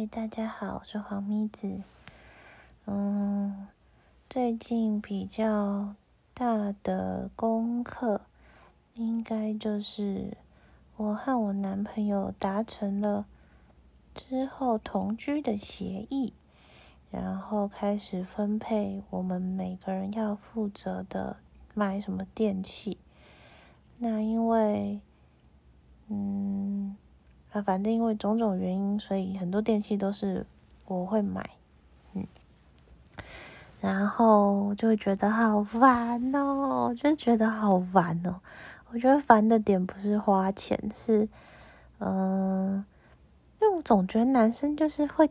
大家好，我是黄咪子。最近比较大的功课，应该就是我和我男朋友达成了之后同居的协议，然后开始分配我们每个人要负责的买什么电器。那因为反正因为种种原因，所以很多电器都是我会买，然后就会觉得好烦哦，就觉得好烦哦。我觉得烦的点不是花钱，是因为我总觉得男生就是会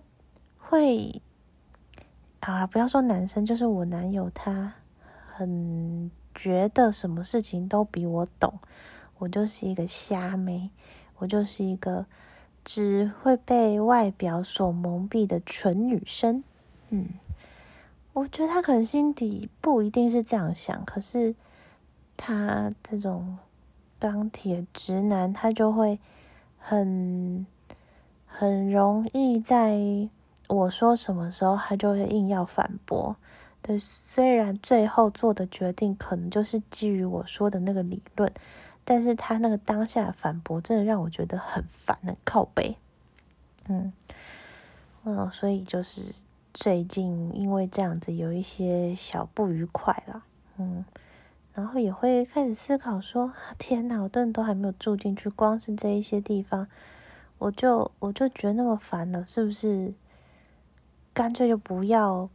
不要说男生，就是我男友他很觉得什么事情都比我懂，我就是一个瞎妹，我就是一个只会被外表所蒙蔽的蠢女生。我觉得他可能心底不一定是这样想，可是他这种钢铁直男，他就会很容易在我说什么时候，他就会硬要反驳。对，虽然最后做的决定可能就是基于我说的那个理论，但是他那个当下的反驳真的让我觉得很烦，很靠北。所以就是最近因为这样子有一些小不愉快啦，然后也会开始思考说，天哪，我的人都还没有住进去，光是这一些地方，我就觉得那么烦了，是不是？干脆就不要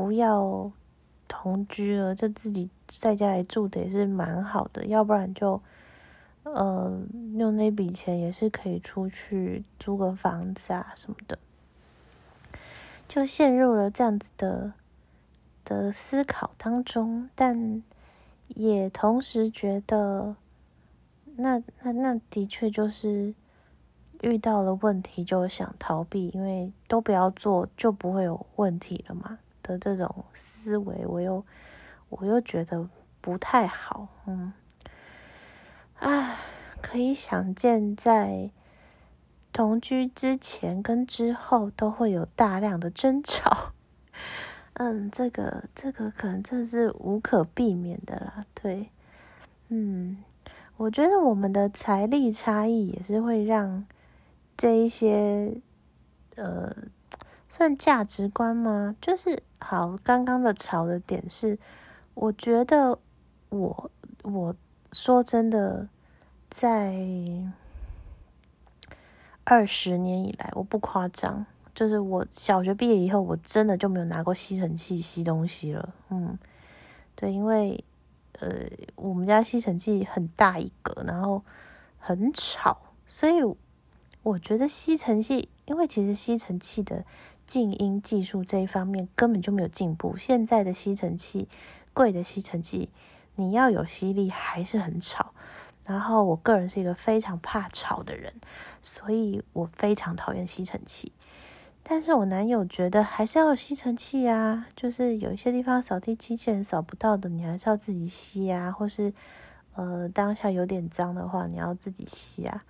同居了，就自己在家里住的也是蛮好的，要不然就用那笔钱也是可以出去租个房子啊什么的。就陷入了这样子的思考当中，但也同时觉得，那的确就是遇到了问题就想逃避，因为都不要做就不会有问题了嘛的这种思维，我又觉得不太好，可以想见在同居之前跟之后都会有大量的争吵，这个可能真的是无可避免的啦，对，我觉得我们的财力差异也是会让这一些算价值观吗？就是好，刚刚的吵的点是，我觉得我说真的，在20年以来，我不夸张，就是我小学毕业以后，我真的就没有拿过吸尘器吸东西了。对，因为我们家吸尘器很大一个，然后很吵，所以我觉得吸尘器，因为其实吸尘器的静音技术这一方面根本就没有进步。现在的吸尘器，贵的吸尘器，你要有吸力还是很吵。然后我个人是一个非常怕吵的人，所以我非常讨厌吸尘器。但是我男友觉得还是要有吸尘器啊，就是有一些地方扫地机器人扫不到的，你还是要自己吸啊，或是当下有点脏的话，你要自己吸啊。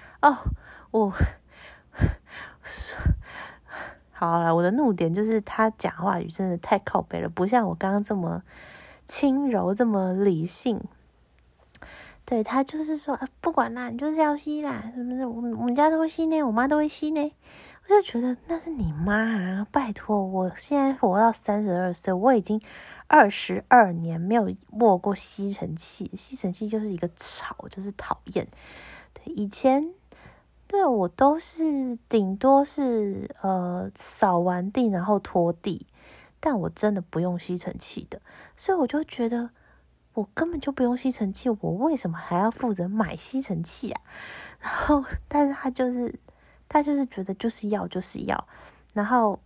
好了，我的怒点就是他讲话语真的太靠北了，不像我刚刚这么轻柔，这么理性。对，他就是说，不管啦，你就是要吸啦，是不是？我们家都会吸呢，我妈都会吸呢。我就觉得那是你妈啊！拜托，我现在活到32岁，我已经22年没有握过吸尘器。吸尘器就是一个吵，就是讨厌。对，以前对我都是顶多是扫完地然后拖地，但我真的不用吸尘器的，所以我就觉得我根本就不用吸尘器，我为什么还要负责买吸尘器啊？然后，但是他就是觉得就是要，然后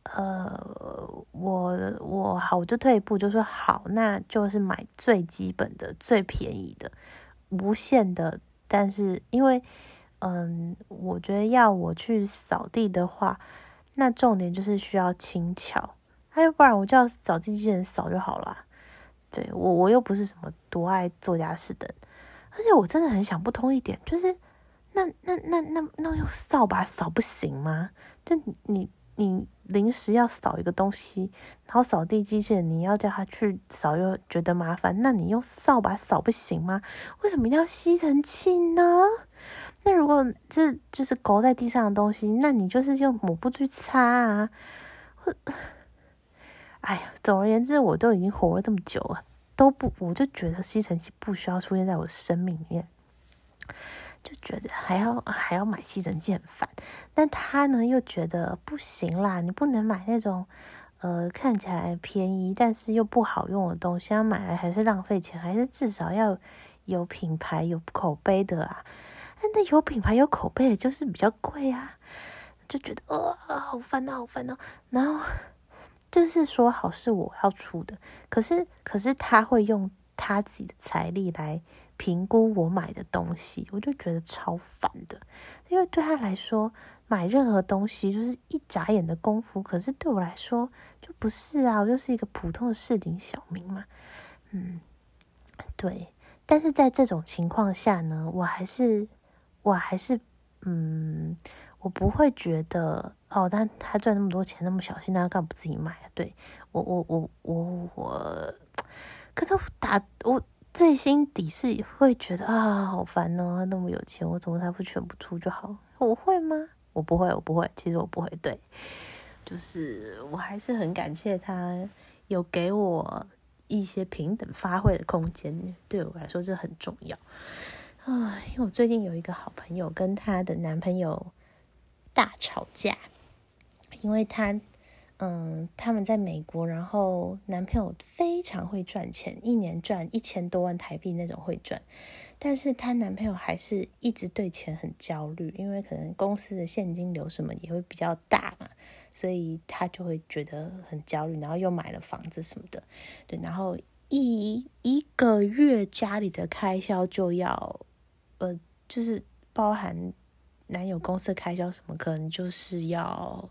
我就退一步，就说好，那就是买最基本的、最便宜的、无线的。但是因为我觉得要我去扫地的话，那重点就是需要轻巧，要不然我就要扫地机器人扫就好了。对，我又不是什么多爱做家事的人，而且我真的很想不通一点，就是那用扫把扫不行吗？就你你临时要扫一个东西，然后扫地机器人你要叫他去扫又觉得麻烦，那你用扫把扫不行吗？为什么一定要吸尘器呢？那如果这就是勾在地上的东西，那你就是用抹布去擦啊。哎呀，总而言之，我都已经活了这么久了，我就觉得吸尘器不需要出现在我的生命里面。就觉得还要买吸尘器很烦，但他呢又觉得不行啦，你不能买那种看起来便宜但是又不好用的东西，要买来还是浪费钱，还是至少要有品牌有口碑的啊。那有品牌有口碑的就是比较贵啊，就觉得好烦恼。然后就是说好是我要出的，可是他会用他自己的财力来评估我买的东西，我就觉得超烦的。因为对他来说，买任何东西就是一眨眼的功夫，可是对我来说就不是啊，我就是一个普通的市井小民嘛。对。但是在这种情况下呢，我还是我不会觉得但他赚那么多钱那么小心，那干嘛不自己买啊？对。可是我最心底是会觉得好烦哦，他那么有钱，我怎么他不全部出就好？我会吗？我不会，其实我不会。对，就是我还是很感谢他有给我一些平等发挥的空间，对我来说这很重要因为我最近有一个好朋友跟她的男朋友大吵架，因为他们在美国，然后男朋友非常会赚钱，一年赚1000多万台币那种会赚，但是她男朋友还是一直对钱很焦虑，因为可能公司的现金流什么也会比较大嘛，所以他就会觉得很焦虑，然后又买了房子什么的，对，然后一个月家里的开销就要就是包含男友公司的开销什么，可能就是要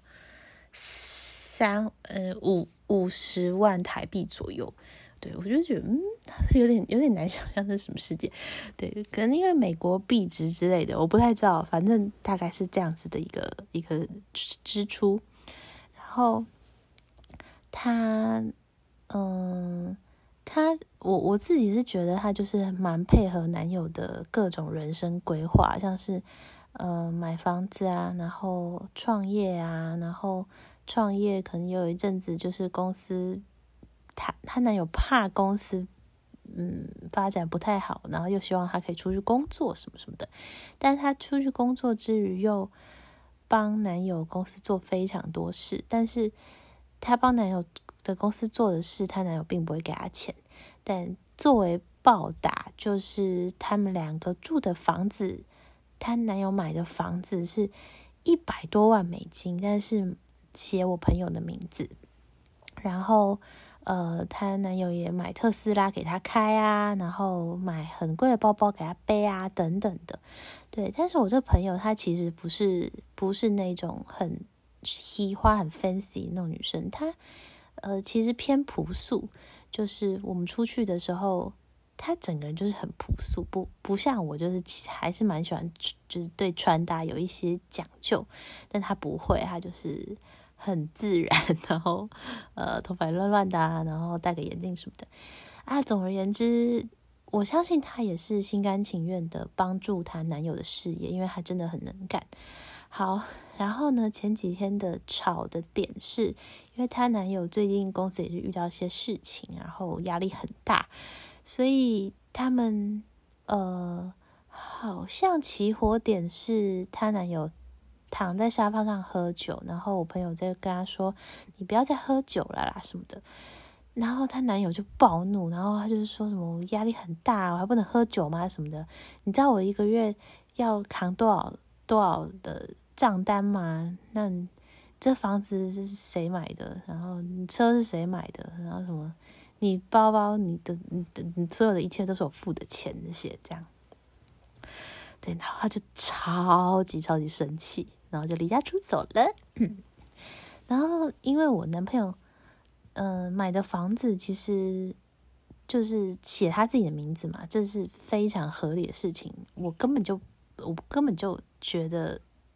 50万台币左右。对，我就觉得有点难想象这是什么世界。对，可能因为美国币值之类的，我不太知道，反正大概是这样子的一个支出。然后我自己是觉得他就是蛮配合男友的各种人生规划，像是买房子啊，然后创业啊，然后创业可能有一阵子就是公司，他男友怕公司发展不太好，然后又希望他可以出去工作什么什么的，但是他出去工作之余又帮男友公司做非常多事，但是他帮男友的公司做的事，他男友并不会给他钱，但作为报答，就是他们两个住的房子，他男友买的房子是100多万美金，但是写我朋友的名字，然后她男友也买特斯拉给她开啊，然后买很贵的包包给她背啊，等等的。对，但是我这朋友她其实不是那种很嘻花很 fancy 那种女生，她其实偏朴素，就是我们出去的时候，她整个人就是很朴素，不像我，就是还是蛮喜欢，就是对穿搭有一些讲究，但她不会，她就是很自然，然后头发乱乱的然后戴个眼镜什么的总而言之，我相信她也是心甘情愿的帮助她男友的事业，因为她真的很能干。好，然后呢，前几天的吵的点是，因为她男友最近公司也是遇到一些事情，然后压力很大，所以他们好像起火点是她男友躺在沙发上喝酒，然后我朋友在跟他说：“你不要再喝酒了啦什么的。”然后她男友就暴怒，然后他就是说什么我压力很大，我还不能喝酒吗？什么的？你知道我一个月要扛多少的账单吗？那这房子是谁买的？然后你车是谁买的？然后什么？你包包、你所有的一切都是我付的钱，这些这样。对，然后他就超级生气，然后就离家出走了。然后因为我男朋友买的房子其实就是写他自己的名字嘛，这是非常合理的事情。我根本就觉得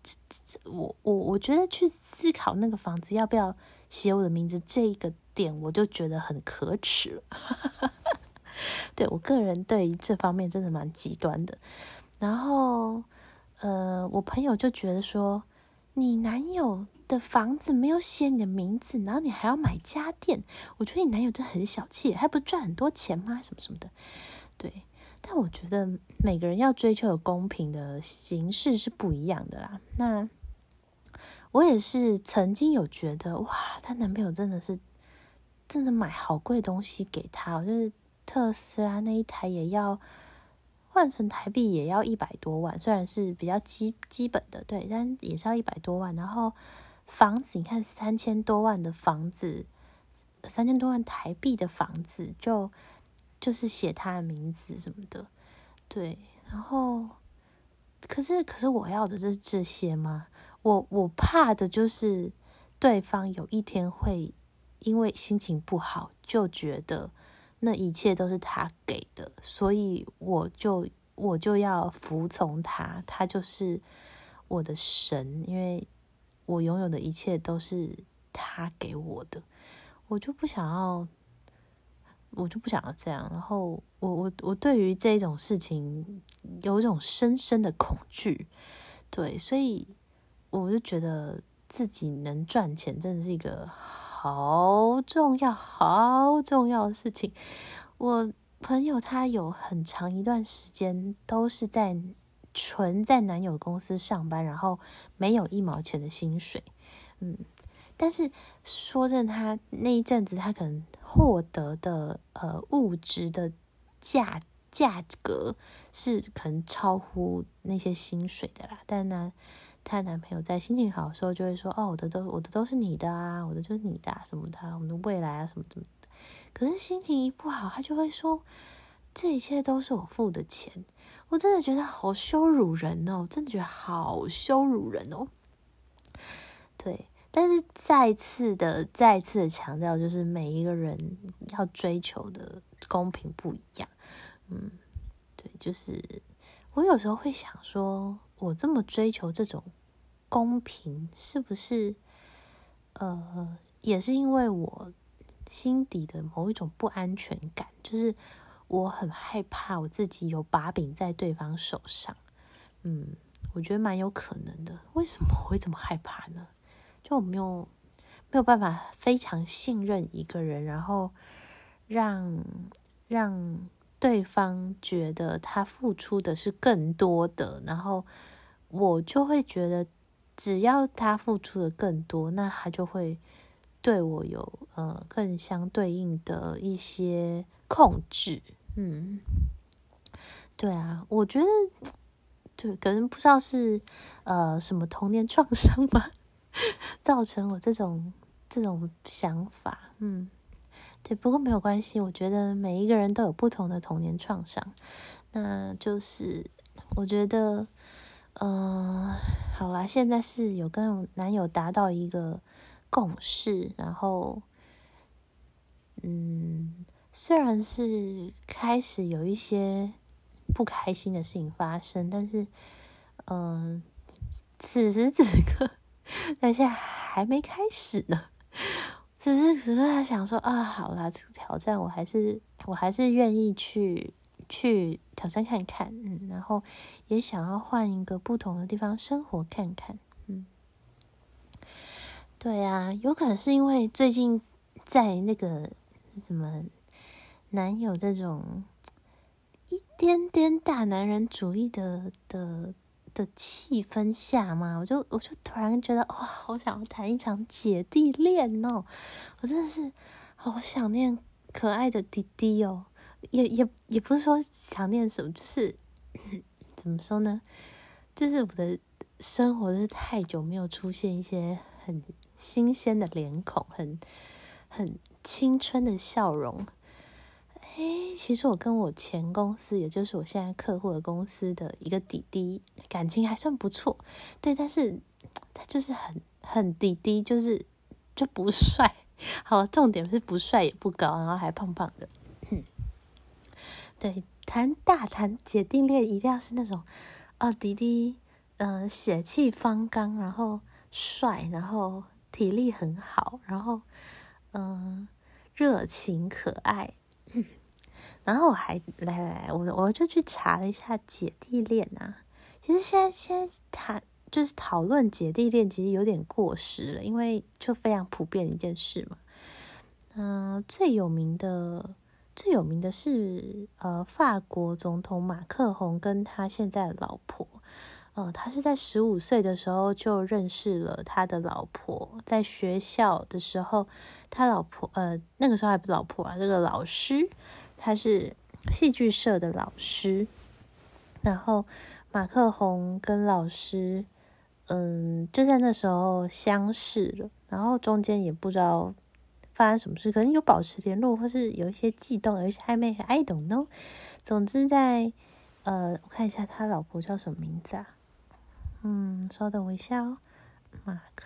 我觉得去思考那个房子要不要写我的名字这一个点，我就觉得很可耻了。对，我个人对于这方面真的蛮极端的。然后我朋友就觉得说，你男友的房子没有写你的名字，然后你还要买家电，我觉得你男友真的很小气，还不是赚很多钱吗？什么什么的。对，但我觉得每个人要追求的公平的形式是不一样的啦。那我也是曾经有觉得，哇，她男朋友真的买好贵的东西给她，就是特斯拉那一台也要换成台币也要100多万，虽然是比较基本的，对，但也是要100多万。然后房子，你看3000多万的房子，3000多万台币的房子，就是写他的名字什么的，对。然后，可是我要的就是这些吗？我怕的就是对方有一天会因为心情不好，就觉得那一切都是他给的，所以我就要服从他，他就是我的神，因为我拥有的一切都是他给我的，我就不想要这样。然后我对于这种事情有一种深深的恐惧，对，所以我就觉得自己能赚钱真的是一个好重要的事情。我朋友他有很长一段时间都是纯在男友公司上班，然后没有1毛钱的薪水，但是说真的，他那一阵子他可能获得的物质的价格是可能超乎那些薪水的啦。但呢，她男朋友在心情好的时候就会说：“哦，我的都是你的啊，我的就是你的啊，什么的啊，我们的未来啊，什么的。”可是心情一不好，他就会说：“这一切都是我付的钱。”我真的觉得好羞辱人哦，真的觉得好羞辱人哦。对。但是再次的强调，就是每一个人要追求的公平不一样。对，就是我有时候会想说，我这么追求这种公平，是不是也是因为我心底的某一种不安全感，就是我很害怕我自己有把柄在对方手上。我觉得蛮有可能的。为什么我会这么害怕呢？就我没有办法非常信任一个人，然后让对方觉得他付出的是更多的，然后我就会觉得只要他付出的更多，那他就会对我有更相对应的一些控制。对啊，我觉得对，可能不知道是什么童年创伤吧，造成我这种想法。对，不过没有关系，我觉得每一个人都有不同的童年创伤。那就是我觉得好啦，现在是有跟男友达到一个共识，然后虽然是开始有一些不开心的事情发生，但是此时此刻但现在还没开始呢。此时此刻他想说啊，好啦，这个挑战我还是愿意去挑战看看，然后也想要换一个不同的地方生活看看。对啊，有可能是因为最近在那个什么男友这种一点点大男人主义的气氛下嘛，我就突然觉得哇，好想要谈一场姐弟恋哦！我真的是好想念可爱的弟弟哦，也不是说想念什么，就是怎么说呢？就是我的生活是太久没有出现一些很新鲜的脸孔，很青春的笑容。其实我跟我前公司，也就是我现在客户的公司的一个弟弟，感情还算不错。对，但是他就是很弟弟，就不帅。好，重点是不帅也不高，然后还胖胖的。对，谈姐弟恋一定要是那种弟弟血气方刚，然后帅，然后体力很好，然后热情可爱。然后我还我就去查了一下姐弟恋啊。其实现在讨论姐弟恋，其实有点过时了，因为就非常普遍的一件事嘛。最有名的是法国总统马克宏跟他现在的老婆。他是在15岁的时候就认识了他的老婆，在学校的时候，他老婆那个时候还不是老婆啊，这个老师他是戏剧社的老师，然后马克宏跟老师就在那时候相识了，然后中间也不知道发生什么事，可能有保持联络，或是有一些悸动，有一些暧昧，I don't know。总之在我看一下他老婆叫什么名字啊？稍等我一下哦。马克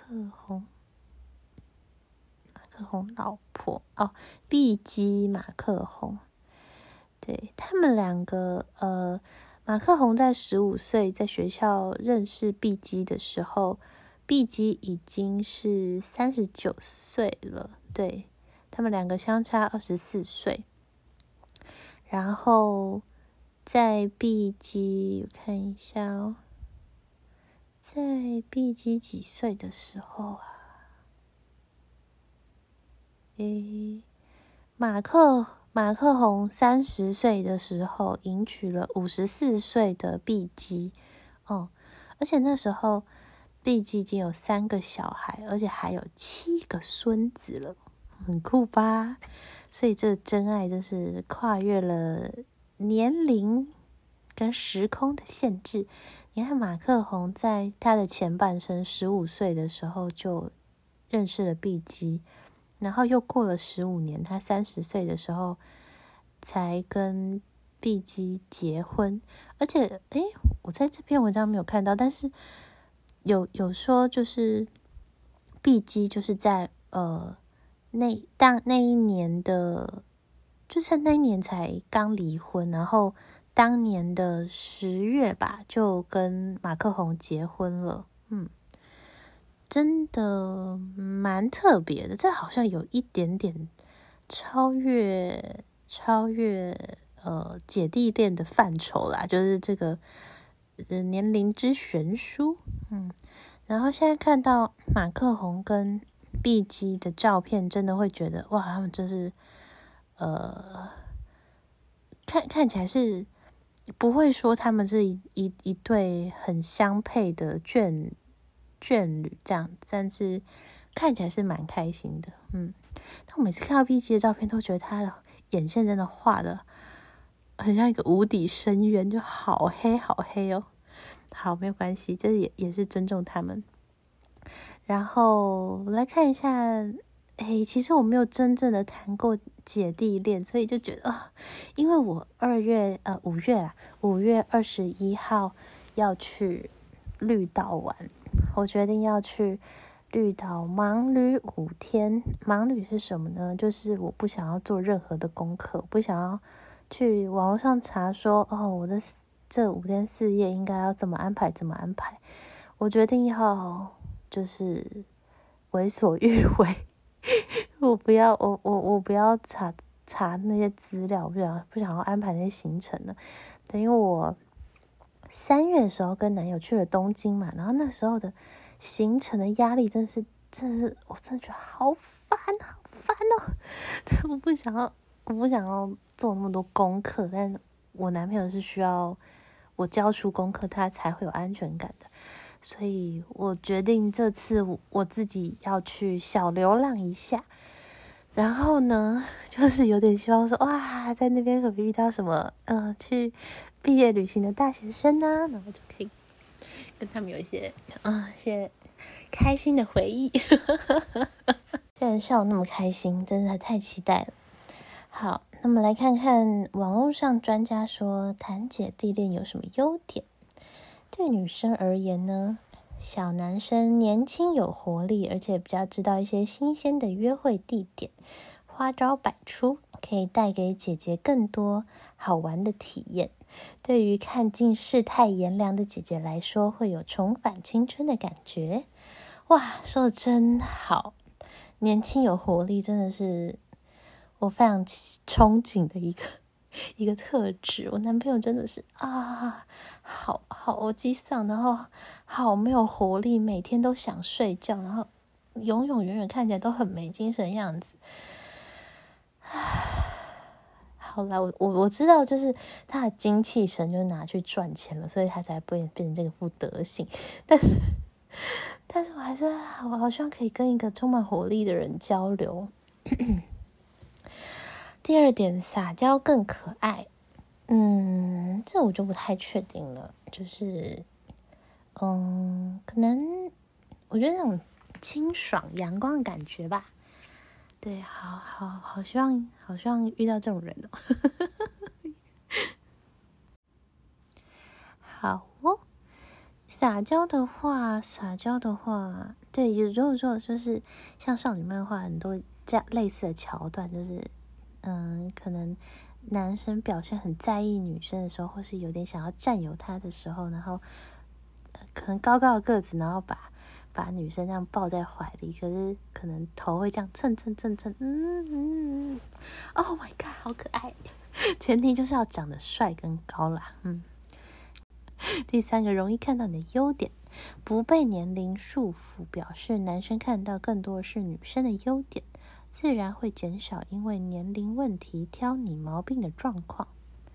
宏老婆碧姬马克宏。对，他们两个马克宏在15岁在学校认识碧姬的时候，碧姬已经是39岁了。对，他们两个相差24岁。然后在碧姬，我看一下哦，在碧姬几岁的时候啊？马克宏30岁的时候迎娶了54岁的碧姬。而且那时候碧姬已经有3个小孩，而且还有7个孙子了，很酷吧？所以这真爱就是跨越了年龄跟时空的限制。你看马克宏在他的前半生15岁的时候就认识了碧姬，然后又过了15年，他30岁的时候才跟碧姬结婚。而且我在这篇文章没有看到，但是有说就是碧姬就是在那一年的，就是那一年才刚离婚，然后当年的10月吧就跟马克宏结婚了。真的蛮特别的，这好像有一点点超越姐弟恋的范畴啦，就是这个年龄之悬殊。然后现在看到马克宏跟碧姬的照片，真的会觉得哇，他们真是看起来是不会说他们是一对很相配的眷侣这样，但是看起来是蛮开心的。但我每次看到碧姬的照片，都觉得她的眼线真的画的很像一个无底深渊，就好黑好黑哦。好，没有关系，这也是尊重他们。然后我来看一下，其实我没有真正的谈过姐弟恋，所以就觉得因为我5月21号要去绿岛玩，我决定要去绿岛盲旅5天。盲旅是什么呢？就是我不想要做任何的功课，不想要去网络上查说我的这5天4夜应该要怎么安排。我决定要就是为所欲为。我不要查那些资料，不想要安排那些行程了。对，因为我3月的时候跟男友去了东京嘛，然后那时候的行程的压力真的是我真的觉得好烦哦。对，我不想要做那么多功课，但我男朋友是需要我交出功课他才会有安全感的，所以我决定这次我自己要去小流浪一下。然后呢，就是有点希望说哇，在那边可以遇到什么去毕业旅行的大学生啊，然后就可以跟他们有一些开心的回忆。现在笑那么开心，真的太期待了。好，那么来看看网络上专家说谈姐弟恋有什么优点。对女生而言呢，小男生年轻有活力，而且比较知道一些新鲜的约会地点，花招百出。 可以带给姐姐更多好玩的体验。对于看尽世态炎凉的姐姐来说，会有重返青春的感觉。哇，说的真好，年轻有活力真的是我非常憧憬的一个特质。我男朋友真的是好激丧，然后好没有活力，每天都想睡觉，然后永远看起来都很没精神的样子。好啦，我知道，就是他的精气神就拿去赚钱了，所以他才变成这个副德行。但是我还是我好希望可以跟一个充满活力的人交流。第二点，撒娇更可爱。这我就不太确定了。就是可能我觉得那种清爽阳光的感觉吧。对，好希望遇到这种人哦。好哦。撒娇的话，对，如果说就是像少女漫画很多这样类似的桥段，就是可能男生表现很在意女生的时候，或是有点想要占有她的时候，然后可能高高的个子，然后把女生这样抱在怀里，可是可能头会这样蹭，Oh my god， 好可爱！前提就是要长得帅跟高啦，第三个，容易看到你的优点，不被年龄束缚，表示男生看到更多的是女生的优点，自然会减少因为年龄问题挑你毛病的状况。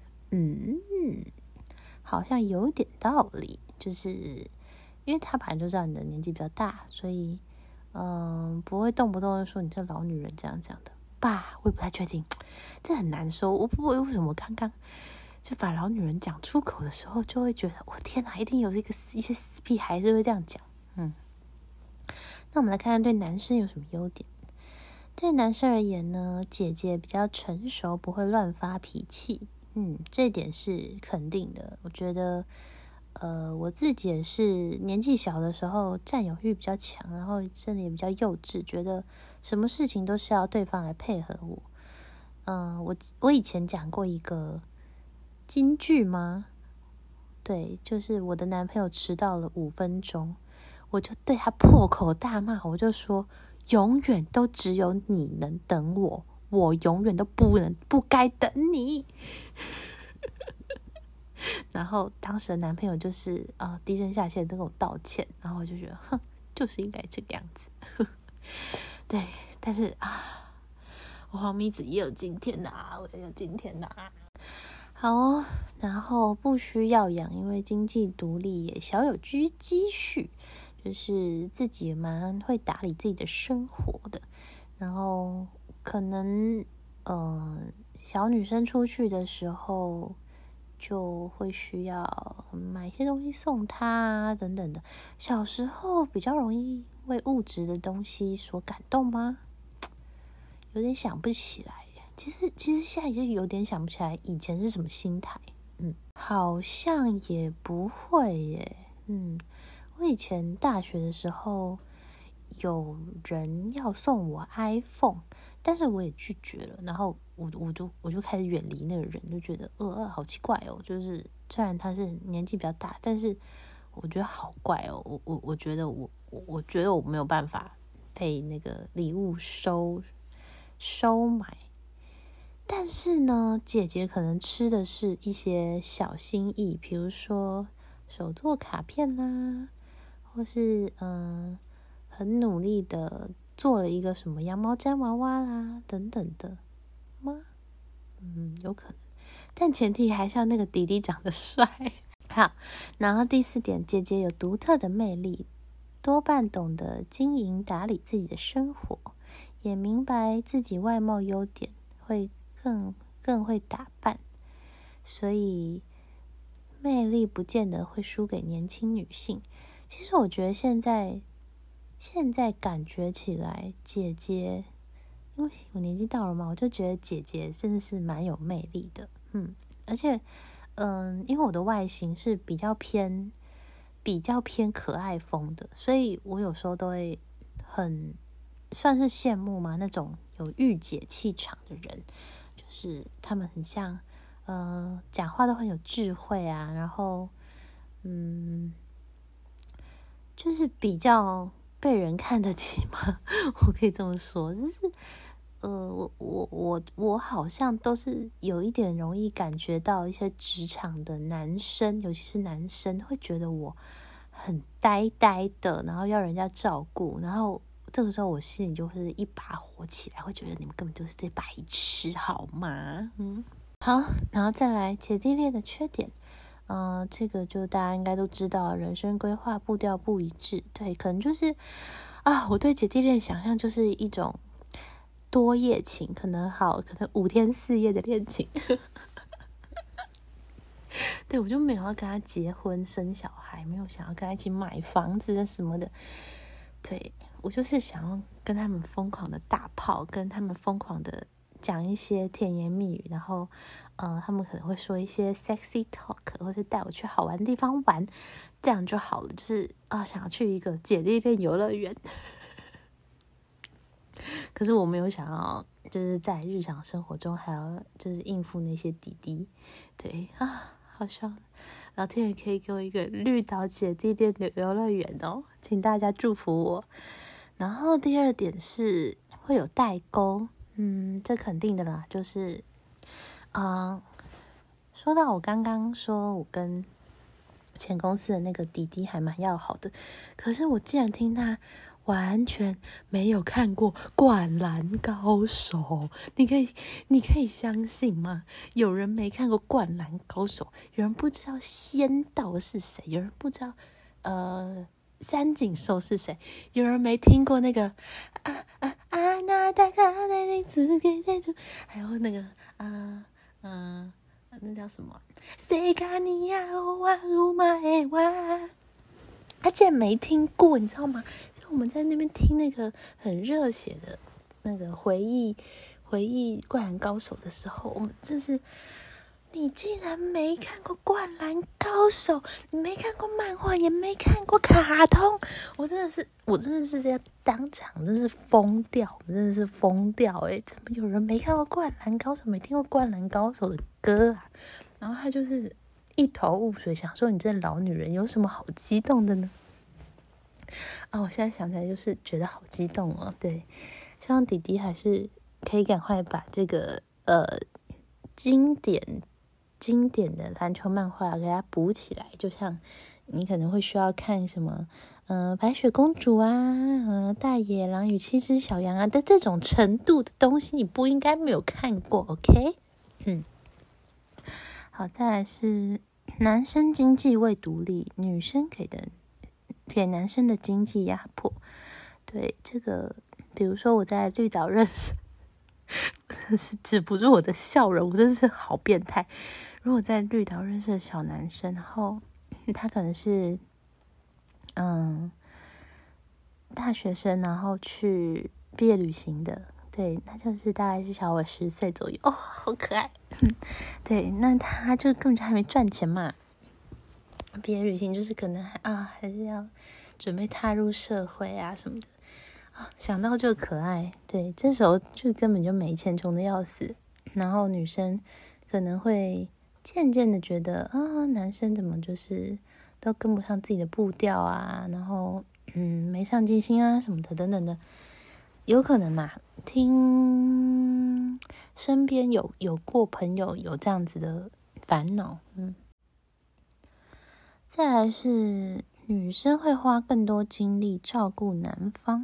好像有点道理，就是因为他本来就知道你的年纪比较大，所以不会动不动的说你这老女人这样的吧？我也不太确定，这很难说。我不为什么刚刚就把老女人讲出口的时候，就会觉得我天哪，一定有一些死屁孩是会这样讲。那我们来看看对男生有什么优点。对男生而言呢，姐姐比较成熟，不会乱发脾气。这点是肯定的。我觉得我自己也是年纪小的时候占有欲比较强，然后真的也比较幼稚，觉得什么事情都是要对方来配合我。我以前讲过一个金句吗？对，就是我的男朋友迟到了5分钟，我就对他破口大骂，我就说永远都只有你能等我，我永远都不该等你。然后当时的男朋友就是低声下气的跟我道歉，然后我就觉得就是应该这个样子。对，但是我黄米子也有今天我也有今天好哦，然后不需要养，因为经济独立，也小有积蓄，就是自己也蛮会打理自己的生活的。然后可能小女生出去的时候就会需要买一些东西送她等等的。小时候比较容易为物质的东西所感动吗？有点想不起来耶。其实现在就有点想不起来以前是什么心态。好像也不会耶。我以前大学的时候有人要送我 iPhone， 但是我也拒绝了，然后我就开始远离那个人，就觉得好奇怪哦，就是虽然他是年纪比较大，但是我觉得好怪哦，我觉得我没有办法被那个礼物收买。但是呢，姐姐可能吃的是一些小心意，比如说手做卡片啦，或是很努力的做了一个什么羊毛毡娃娃啦等等的吗？有可能，但前提还是要那个弟弟长得帅。好，然后第4点，姐姐有独特的魅力，多半懂得经营打理自己的生活，也明白自己外貌优点，会更会打扮，所以魅力不见得会输给年轻女性。其实我觉得现在感觉起来，姐姐，因为我年纪到了嘛，我就觉得姐姐真的是蛮有魅力的。而且因为我的外形是比较偏可爱风的，所以我有时候都会很算是羡慕嘛，那种有御姐气场的人， 就是他们很像讲话都很有智慧啊，然后就是比较被人看得起嘛，我可以这么说，就是我好像都是有一点容易感觉到一些职场的男生，尤其是男生会觉得我很呆呆的，然后要人家照顾，然后这个时候我心里就会一把火起来，会觉得你们根本就是这白痴好吗？好，然后再来姐弟恋的缺点。这个就大家应该都知道，人生规划步调不一致，对，可能就是我对姐弟恋想象就是一种多夜情，可能5天4夜的恋情，对，我就没有要跟他结婚生小孩，没有想要跟他一起买房子什么的，对，我就是想要跟他们疯狂的大炮，跟他们疯狂的讲一些甜言蜜语，然后他们可能会说一些 sexy talk， 或者带我去好玩的地方玩，这样就好了。就是想要去一个姐弟恋游乐园，可是我没有想要，就是在日常生活中还要就是应付那些弟弟，对好像老天爷可以给我一个绿岛姐弟恋的游乐园哦，请大家祝福我。然后第二点是会有代沟。这肯定的啦，就是说到我刚刚说我跟前公司的那个弟弟还蛮要好的，可是我竟然听他完全没有看过《灌篮高手》，你可以相信吗？有人没看过《灌篮高手》，有人不知道仙道是谁，有人不知道三井寿是谁，有人没听过那个那大家的自己的主，还有那个那叫什么？谁敢你呀哇鲁马诶哇，他竟然没听过，你知道吗？就我们在那边听那个很热血的那个回忆《灌篮高手》的时候，我们真是。你竟然没看过《灌篮高手》，你没看过漫画，也没看过卡通，我真的是在当场真的是疯掉，我真的是疯掉怎么有人没看过《灌篮高手》，没听过《灌篮高手》的歌啊？然后他就是一头雾水，想说你这老女人有什么好激动的呢？我现在想起来就是觉得好激动哦。对，希望弟弟还是可以赶快把这个经典的篮球漫画给它补起来，就像你可能会需要看什么白雪公主啊大野狼与7只小羊啊的这种程度的东西，你不应该没有看过 OK。 好，再来是男生经济未独立，女生给男生的经济压迫。对，这个比如说我在绿岛认识真是止不住我的笑容，我真的是好变态。如果在绿岛认识的小男生，然后他可能是大学生，然后去毕业旅行的，对，那就是大概是小我10岁左右，好可爱。对，那他就根本就还没赚钱嘛，毕业旅行就是可能还是要准备踏入社会啊什么的想到就可爱。对，这时候就根本就没钱，穷的要死，然后女生可能会渐渐的觉得男生怎么就是都跟不上自己的步调啊，然后没上进心啊什么的等等的，有可能嘛。听身边有过朋友有这样子的烦恼。再来是女生会花更多精力照顾男方。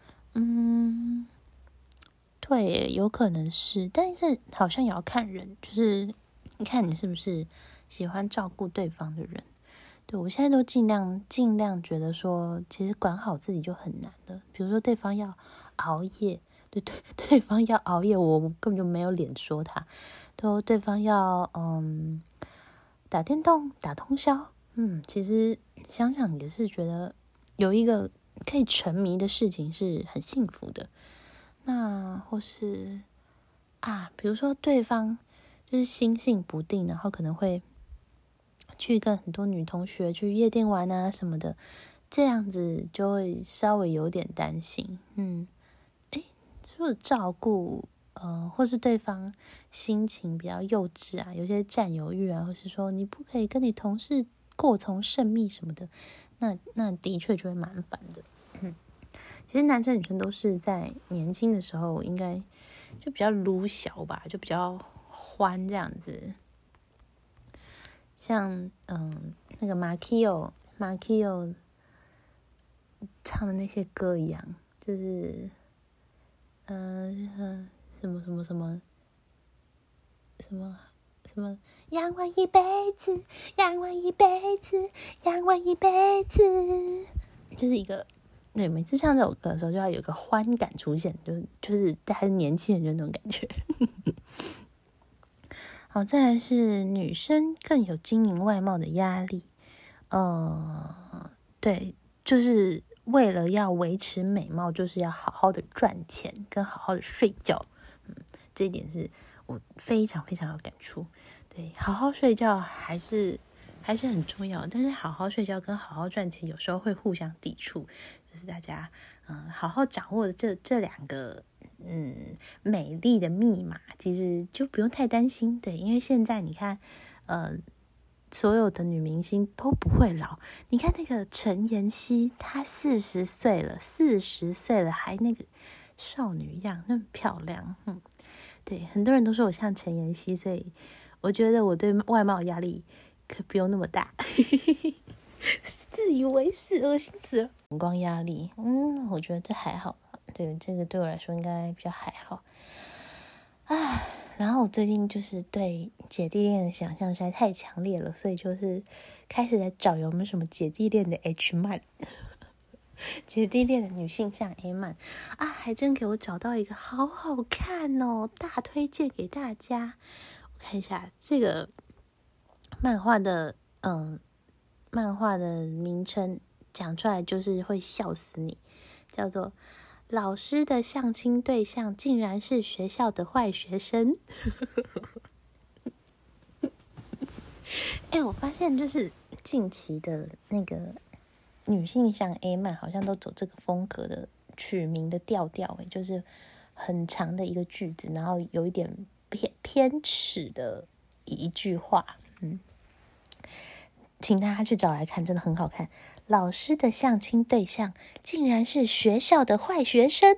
对，有可能是，但是好像也要看人，就是你看你是不是喜欢照顾对方的人。对，我现在都尽量觉得说，其实管好自己就很难的。比如说对方要熬夜，对方要熬夜，我根本就没有脸说他。对方要打电动打通宵，其实想想也是觉得有一个可以沉迷的事情是很幸福的。那或是比如说对方就是心性不定，然后可能会去跟很多女同学去夜店玩啊什么的，这样子就会稍微有点担心。是不是照顾或是对方心情比较幼稚啊，有些占有欲啊，或是说你不可以跟你同事过从甚密什么的，那的确就会蛮烦的。其实男生女生都是在年轻的时候应该就比较撸小吧，就比较欢这样子。像那个马 k i o 唱的那些歌一样，就是什么什么什么什么什么，养我一辈子，养我一辈子，养我一辈子，就是一个对，每次唱这首歌的时候就要有个欢感出现，就是还是年轻人就那种感觉。好，再来是女生更有经营外貌的压力，对，就是为了要维持美貌，就是要好好的赚钱跟好好的睡觉，这一点是我非常非常有感触。对，好好睡觉还是很重要，但是好好睡觉跟好好赚钱有时候会互相抵触，就是大家好好掌握的这两个美丽的密码，其实就不用太担心。对，因为现在你看所有的女明星都不会老，你看那个陈妍希，她40岁了还那个少女样，那么漂亮。对，很多人都说我像陈妍希，所以我觉得我对外貌压力可不用那么大。自以为是，恶心死了。眼光压力，我觉得这还好吧。对，这个对我来说应该比较还好。然后我最近就是对姐弟恋的想象实在太强烈了，所以就是开始来找有没有什么姐弟恋的 H 漫，姐弟恋的女性向 A 漫啊，还真给我找到一个，好好看哦，大推荐给大家。我看一下这个漫画的名称，讲出来就是会笑死你，叫做老师的相亲对象竟然是学校的坏学生。我发现就是近期的那个女性向 A 漫好像都走这个风格的取名的调调，就是很长的一个句子，然后有一点偏耻的一句话。请大家去找来看，真的很好看。老师的相亲对象竟然是学校的坏学生。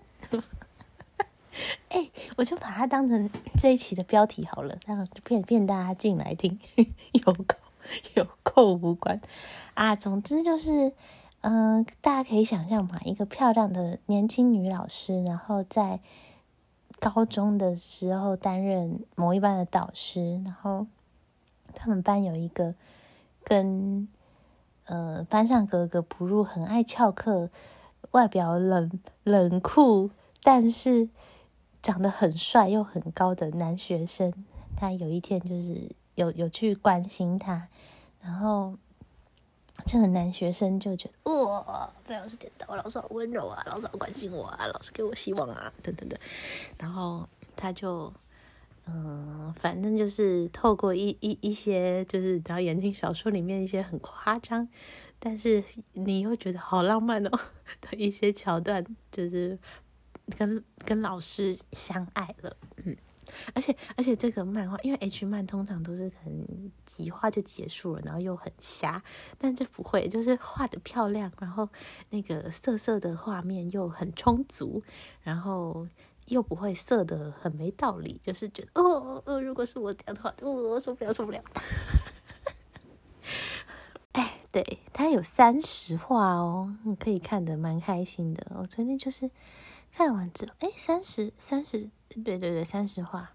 我就把它当成这一期的标题好了，这样就骗大家进来听，有够无关啊！总之就是，大家可以想象嘛，一个漂亮的年轻女老师，然后在高中的时候担任某一班的导师，然后他们班有一个跟班上格格不入，很爱翘课，外表冷酷，但是长得很帅又很高的男学生。他有一天就是有去关心他，然后这个男学生就觉得哇，被老师点到，老师好温柔啊，老师好关心我啊，老师给我希望啊，等等的。然后他就反正就是透过一些就是然后言情小说里面一些很夸张，但是你又觉得好浪漫哦的一些桥段，就是跟老师相爱了。而且这个漫画，因为 H 漫通常都是可能几话就结束了，然后又很瞎，但这不会，就是画的漂亮，然后那个色的画面又很充足，然后又不会色的很没道理，就是觉得如果是我这样的话，我受不了。对，它有30话哦，你可以看得蛮开心的。我昨天就是看完之后，30，对，30话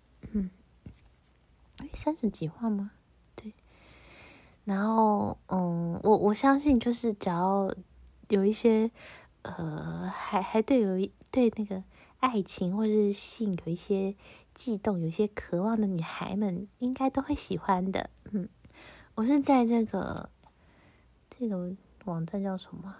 ，30几话吗？对。然后我相信就是只要有一些还对那个爱情或是性有一些悸动，有一些渴望的女孩们，应该都会喜欢的。我是在这个网站叫什么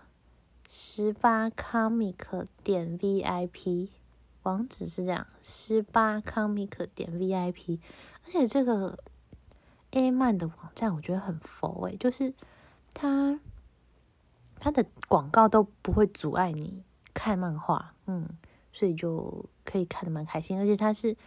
？18comic.vip，网址是这样，18comic.vip。而且这个 A 漫的网站我觉得很佛就是它的广告都不会阻碍你看漫画， 所以就可以看得蛮开心。而且它是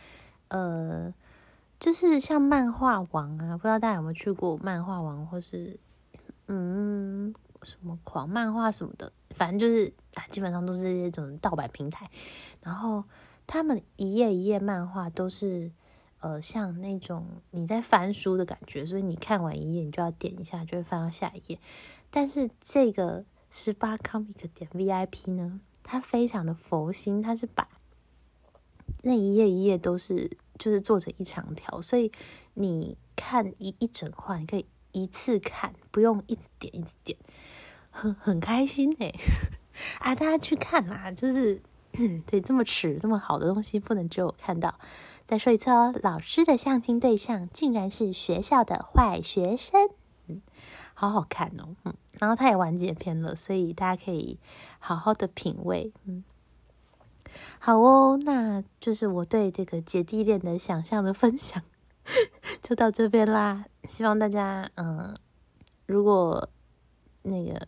就是像漫画王啊，不知道大家有没有去过漫画王，或是什么狂漫画什么的，反正就是基本上都是这种盗版平台。然后他们一页一页漫画都是像那种你在翻书的感觉，所以你看完一页你就要点一下，就会翻到下一页。但是这个18comic.vip 呢，它非常的佛心，它是把那一页一页都是就是做成一长条，所以你看一整话，你可以一次看，不用一直点，很开心大家去看啦，就是对，这么这么好的东西不能只有我看到。再说一次哦，老师的相亲对象竟然是学校的坏学生，好好看哦，然后它也完结篇了，所以大家可以好好的品味，好哦，那就是我对这个姐弟恋的想象的分享就到这边啦。希望大家如果那个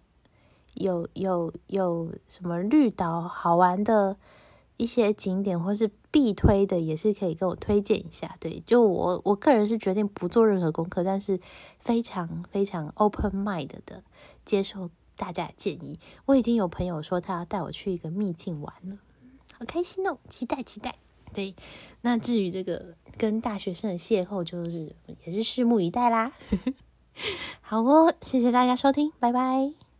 有什么绿岛好玩的一些景点或是必推的，也是可以跟我推荐一下。对，就我个人是决定不做任何功课，但是非常非常 open mind 的接受大家的建议。我已经有朋友说他要带我去一个秘境玩了，好开心哦，期待。对，那至于这个跟大学生的邂逅，就是也是拭目以待啦。好哦，谢谢大家收听，拜拜。